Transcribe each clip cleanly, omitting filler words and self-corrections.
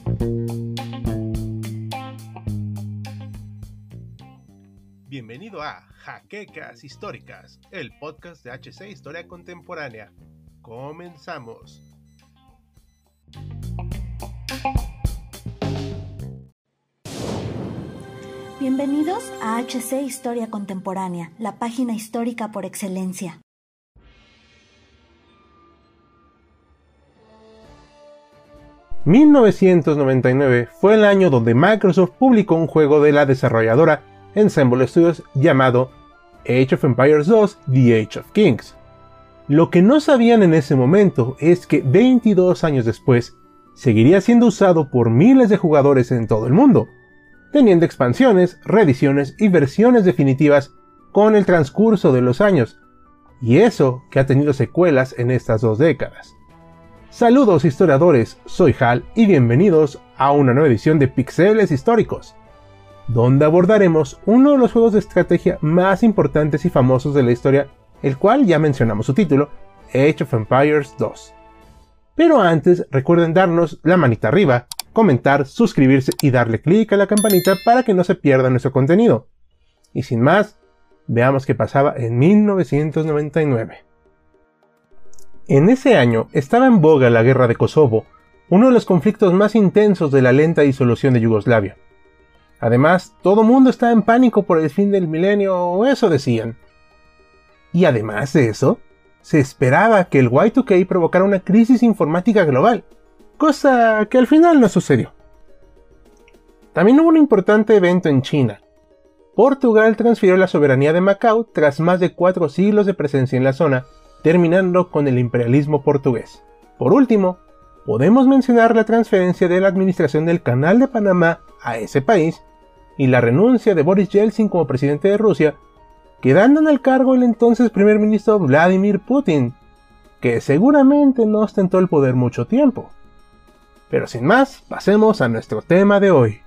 Bienvenido a Jaquecas Históricas, el podcast de HC Historia Contemporánea. Comenzamos. Bienvenidos a HC Historia Contemporánea, la página histórica por excelencia. ...1999 fue el año donde Microsoft publicó un juego de la desarrolladora Ensemble Studios llamado Age of Empires 2: The Age of Kings. Lo que no sabían en ese momento es que 22 años después seguiría siendo usado por miles de jugadores en todo el mundo, teniendo expansiones, reediciones y versiones definitivas con el transcurso de los años, y eso que ha tenido secuelas en estas 2 décadas. Saludos historiadores, soy Hal y bienvenidos a una nueva edición de Pixeles Históricos, donde abordaremos uno de los juegos de estrategia más importantes y famosos de la historia, el cual ya mencionamos su título, Age of Empires 2. Pero antes recuerden darnos la manita arriba, comentar, suscribirse y darle clic a la campanita para que no se pierda nuestro contenido. Y sin más, veamos qué pasaba en 1999. En ese año estaba en boga la guerra de Kosovo, uno de los conflictos más intensos de la lenta disolución de Yugoslavia. Además, todo mundo estaba en pánico por el fin del milenio, o eso decían. Y además de eso, se esperaba que el Y2K provocara una crisis informática global, cosa que al final no sucedió. También hubo un importante evento en China. Portugal transfirió la soberanía de Macao tras más de 4 siglos de presencia en la zona, terminando con el imperialismo portugués. Por último, podemos mencionar la transferencia de la administración del Canal de Panamá a ese país y la renuncia de Boris Yeltsin como presidente de Rusia, quedando en el cargo el entonces primer ministro Vladimir Putin, que seguramente no ostentó el poder mucho tiempo. Pero sin más, pasemos a nuestro tema de hoy.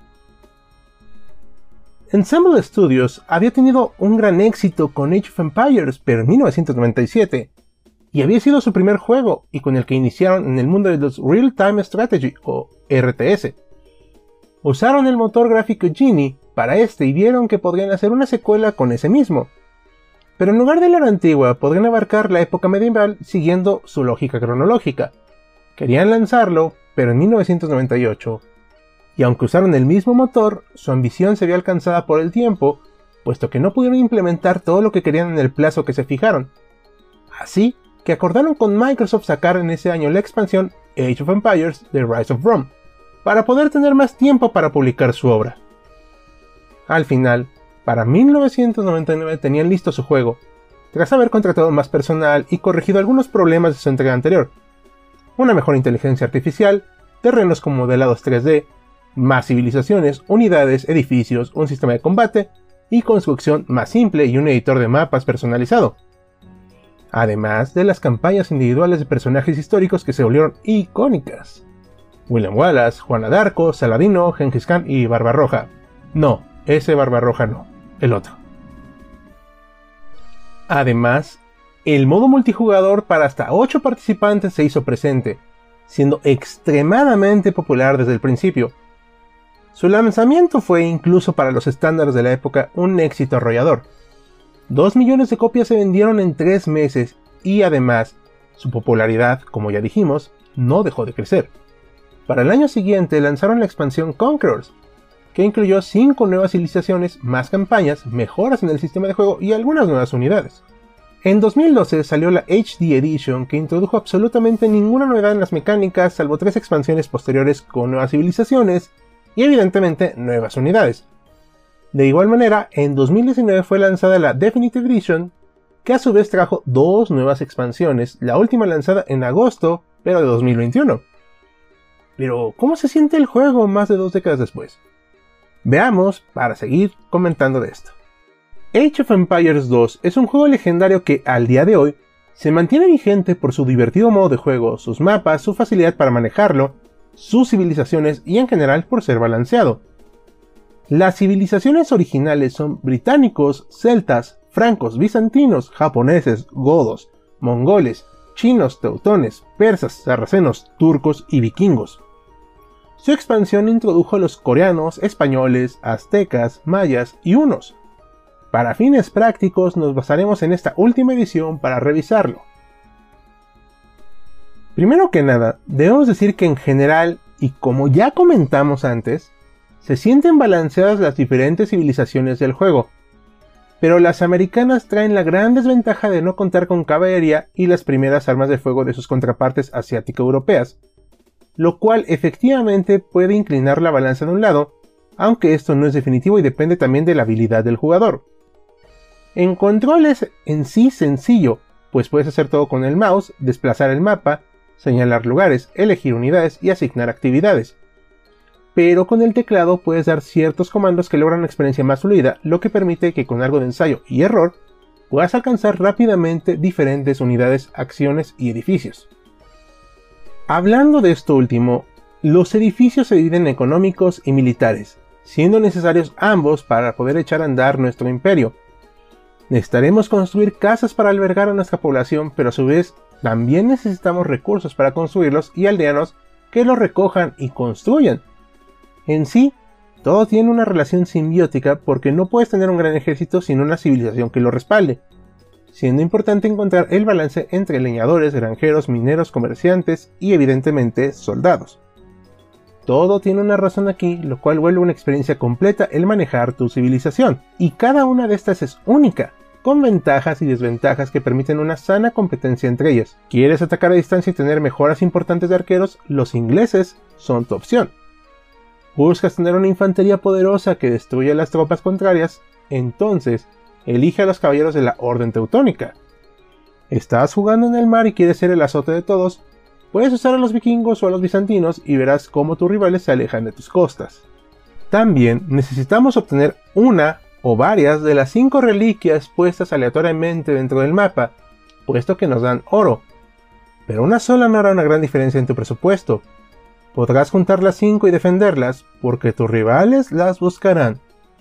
Ensemble Studios había tenido un gran éxito con Age of Empires, pero en 1997, y había sido su primer juego y con el que iniciaron en el mundo de los Real Time Strategy o RTS. Usaron el motor gráfico Genie para este y vieron que podrían hacer una secuela con ese mismo. Pero en lugar de la antigua, podrían abarcar la época medieval siguiendo su lógica cronológica. Querían lanzarlo, pero en 1998. Y aunque usaron el mismo motor, su ambición se vio alcanzada por el tiempo, puesto que no pudieron implementar todo lo que querían en el plazo que se fijaron. Así que acordaron con Microsoft sacar en ese año la expansión Age of Empires: The Rise of Rome, para poder tener más tiempo para publicar su obra. Al final, para 1999 tenían listo su juego, tras haber contratado más personal y corregido algunos problemas de su entrega anterior. Una mejor inteligencia artificial, terrenos con modelados 3D, más civilizaciones, unidades, edificios, un sistema de combate y construcción más simple y un editor de mapas personalizado. Además de las campañas individuales de personajes históricos que se volvieron icónicas. William Wallace, Juana de Arco, Saladino, Gengis Khan y Barbarroja. No, ese Barbarroja no, el otro. Además, el modo multijugador para hasta 8 participantes se hizo presente, siendo extremadamente popular desde el principio. Su lanzamiento fue, incluso para los estándares de la época, un éxito arrollador. 2 millones de copias se vendieron en 3 meses y además, su popularidad, como ya dijimos, no dejó de crecer. Para el año siguiente lanzaron la expansión Conquerors, que incluyó 5 nuevas civilizaciones, más campañas, mejoras en el sistema de juego y algunas nuevas unidades. En 2012 salió la HD Edition, que introdujo absolutamente ninguna novedad en las mecánicas, salvo 3 expansiones posteriores con nuevas civilizaciones y evidentemente nuevas unidades. De igual manera, en 2019 fue lanzada la Definitive Edition, que a su vez trajo 2 nuevas expansiones, la última lanzada en agosto, pero de 2021. Pero, ¿cómo se siente el juego más de 2 décadas después? Veamos para seguir comentando de esto. Age of Empires 2 es un juego legendario que, al día de hoy, se mantiene vigente por su divertido modo de juego, sus mapas, su facilidad para manejarlo, sus civilizaciones y en general por ser balanceado. Las civilizaciones originales son británicos, celtas, francos, bizantinos, japoneses, godos, mongoles, chinos, teutones, persas, sarracenos, turcos y vikingos. su expansión introdujo a los coreanos, españoles, aztecas, mayas y hunos. Para fines prácticos nos basaremos en esta última edición para revisarlo. Primero que nada, debemos decir que en general, y como ya comentamos antes, se sienten balanceadas las diferentes civilizaciones del juego, pero las americanas traen la gran desventaja de no contar con caballería y las primeras armas de fuego de sus contrapartes asiático-europeas, lo cual efectivamente puede inclinar la balanza de un lado, aunque esto no es definitivo y depende también de la habilidad del jugador. En control es en sí sencillo, pues puedes hacer todo con el mouse, desplazar el mapa, señalar lugares, elegir unidades y asignar actividades. Pero con el teclado puedes dar ciertos comandos que logran una experiencia más fluida, lo que permite que con algo de ensayo y error puedas alcanzar rápidamente diferentes unidades, acciones y edificios. Hablando de esto último, los edificios se dividen en económicos y militares, siendo necesarios ambos para poder echar a andar nuestro imperio. Necesitaremos construir casas para albergar a nuestra población, pero a su vez también necesitamos recursos para construirlos y aldeanos que los recojan y construyan. En sí, todo tiene una relación simbiótica porque no puedes tener un gran ejército sin una civilización que lo respalde, siendo importante encontrar el balance entre leñadores, granjeros, mineros, comerciantes y evidentemente soldados. Todo tiene una razón aquí, lo cual vuelve una experiencia completa el manejar tu civilización, y cada una de estas es única, con ventajas y desventajas que permiten una sana competencia entre ellas. ¿Quieres atacar a distancia y tener mejoras importantes de arqueros? Los ingleses son tu opción. ¿Buscas tener una infantería poderosa que destruya las tropas contrarias? Entonces, elige a los caballeros de la Orden Teutónica. ¿Estás jugando en el mar y quieres ser el azote de todos? Puedes usar a los vikingos o a los bizantinos y verás cómo tus rivales se alejan de tus costas. También necesitamos obtener una o varias de las 5 reliquias puestas aleatoriamente dentro del mapa, puesto que nos dan oro. Pero una sola no hará una gran diferencia en tu presupuesto. Podrás juntar las 5 y defenderlas, porque tus rivales las buscarán.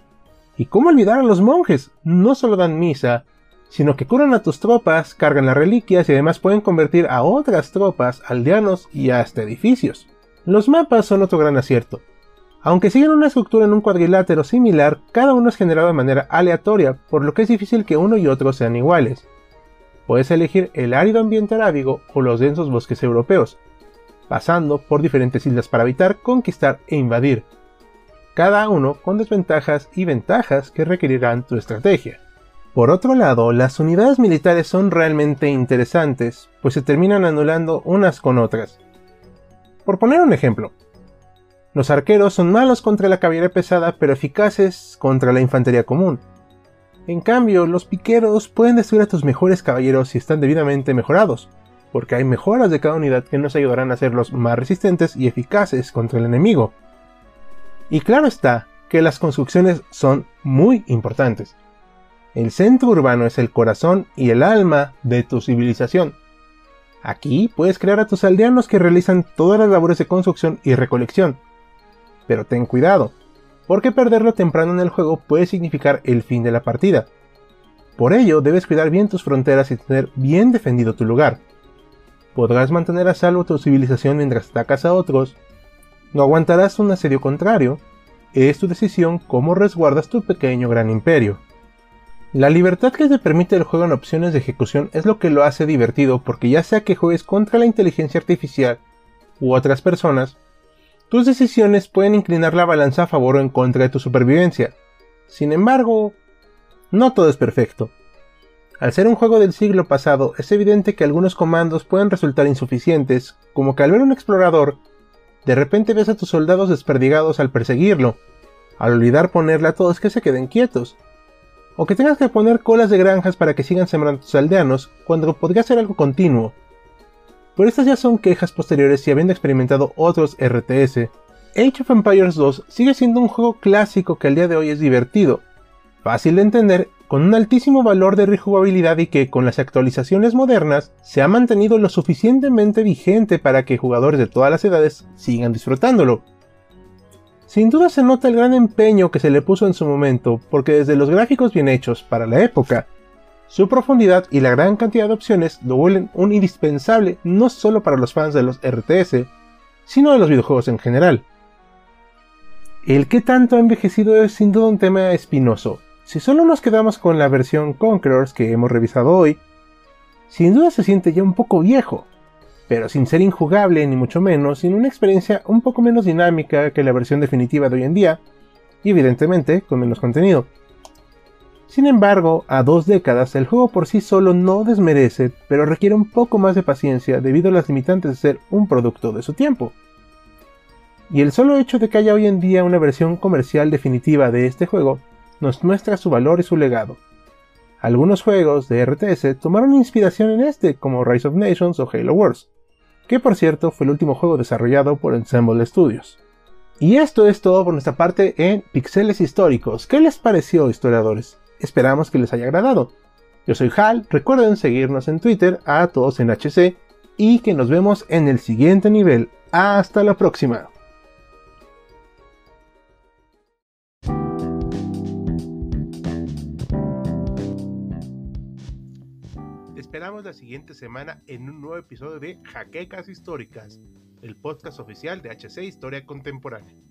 ¿Y cómo olvidar a los monjes? No solo dan misa, sino que curan a tus tropas, cargan las reliquias y además pueden convertir a otras tropas, aldeanos y hasta edificios. Los mapas son otro gran acierto. Aunque siguen una estructura en un cuadrilátero similar, cada uno es generado de manera aleatoria, por lo que es difícil que uno y otro sean iguales. Puedes elegir el árido ambiente arábigo o los densos bosques europeos, pasando por diferentes islas para habitar, conquistar e invadir, cada uno con desventajas y ventajas que requerirán tu estrategia. Por otro lado, las unidades militares son realmente interesantes, pues se terminan anulando unas con otras. Por poner un ejemplo, los arqueros son malos contra la caballería pesada pero eficaces contra la infantería común. En cambio, los piqueros pueden destruir a tus mejores caballeros si están debidamente mejorados, porque hay mejoras de cada unidad que nos ayudarán a hacerlos más resistentes y eficaces contra el enemigo. Y claro está que las construcciones son muy importantes. El centro urbano es el corazón y el alma de tu civilización. Aquí puedes crear a tus aldeanos que realizan todas las labores de construcción y recolección. Pero ten cuidado, porque perderlo temprano en el juego puede significar el fin de la partida. Por ello debes cuidar bien tus fronteras y tener bien defendido tu lugar. Podrás mantener a salvo tu civilización mientras atacas a otros. No aguantarás un asedio contrario. Es tu decisión cómo resguardas tu pequeño gran imperio. La libertad que te permite el juego en opciones de ejecución es lo que lo hace divertido, porque ya sea que juegues contra la inteligencia artificial u otras personas, tus decisiones pueden inclinar la balanza a favor o en contra de tu supervivencia. Sin embargo, no todo es perfecto. Al ser un juego del siglo pasado, es evidente que algunos comandos pueden resultar insuficientes, como que al ver un explorador, de repente ves a tus soldados desperdigados al perseguirlo, al olvidar ponerle a todos que se queden quietos, o que tengas que poner colas de granjas para que sigan sembrando tus aldeanos, cuando podría ser algo continuo. Pero estas ya son quejas posteriores y habiendo experimentado otros RTS, Age of Empires 2 sigue siendo un juego clásico que al día de hoy es divertido, fácil de entender, con un altísimo valor de rejugabilidad y que con las actualizaciones modernas se ha mantenido lo suficientemente vigente para que jugadores de todas las edades sigan disfrutándolo. Sin duda se nota el gran empeño que se le puso en su momento, porque desde los gráficos bien hechos para la época, su profundidad y la gran cantidad de opciones lo vuelven un indispensable no solo para los fans de los RTS, sino de los videojuegos en general. El qué tanto ha envejecido es sin duda un tema espinoso. Si solo nos quedamos con la versión Conquerors que hemos revisado hoy, sin duda se siente ya un poco viejo, pero sin ser injugable ni mucho menos, sin una experiencia un poco menos dinámica que la versión definitiva de hoy en día, y evidentemente con menos contenido. Sin embargo, a 2 décadas el juego por sí solo no desmerece, pero requiere un poco más de paciencia debido a las limitantes de ser un producto de su tiempo. Y el solo hecho de que haya hoy en día una versión comercial definitiva de este juego nos muestra su valor y su legado. Algunos juegos de RTS tomaron inspiración en este, como Rise of Nations o Halo Wars, que por cierto fue el último juego desarrollado por Ensemble Studios. Y esto es todo por nuestra parte en Pixeles Históricos. ¿Qué les pareció, historiadores? Esperamos que les haya agradado. Yo soy Hal, recuerden seguirnos en Twitter a todos en HC y que nos vemos en el siguiente nivel. ¡Hasta la próxima! Te esperamos la siguiente semana en un nuevo episodio de Jaquecas Históricas, el podcast oficial de HC Historia Contemporánea.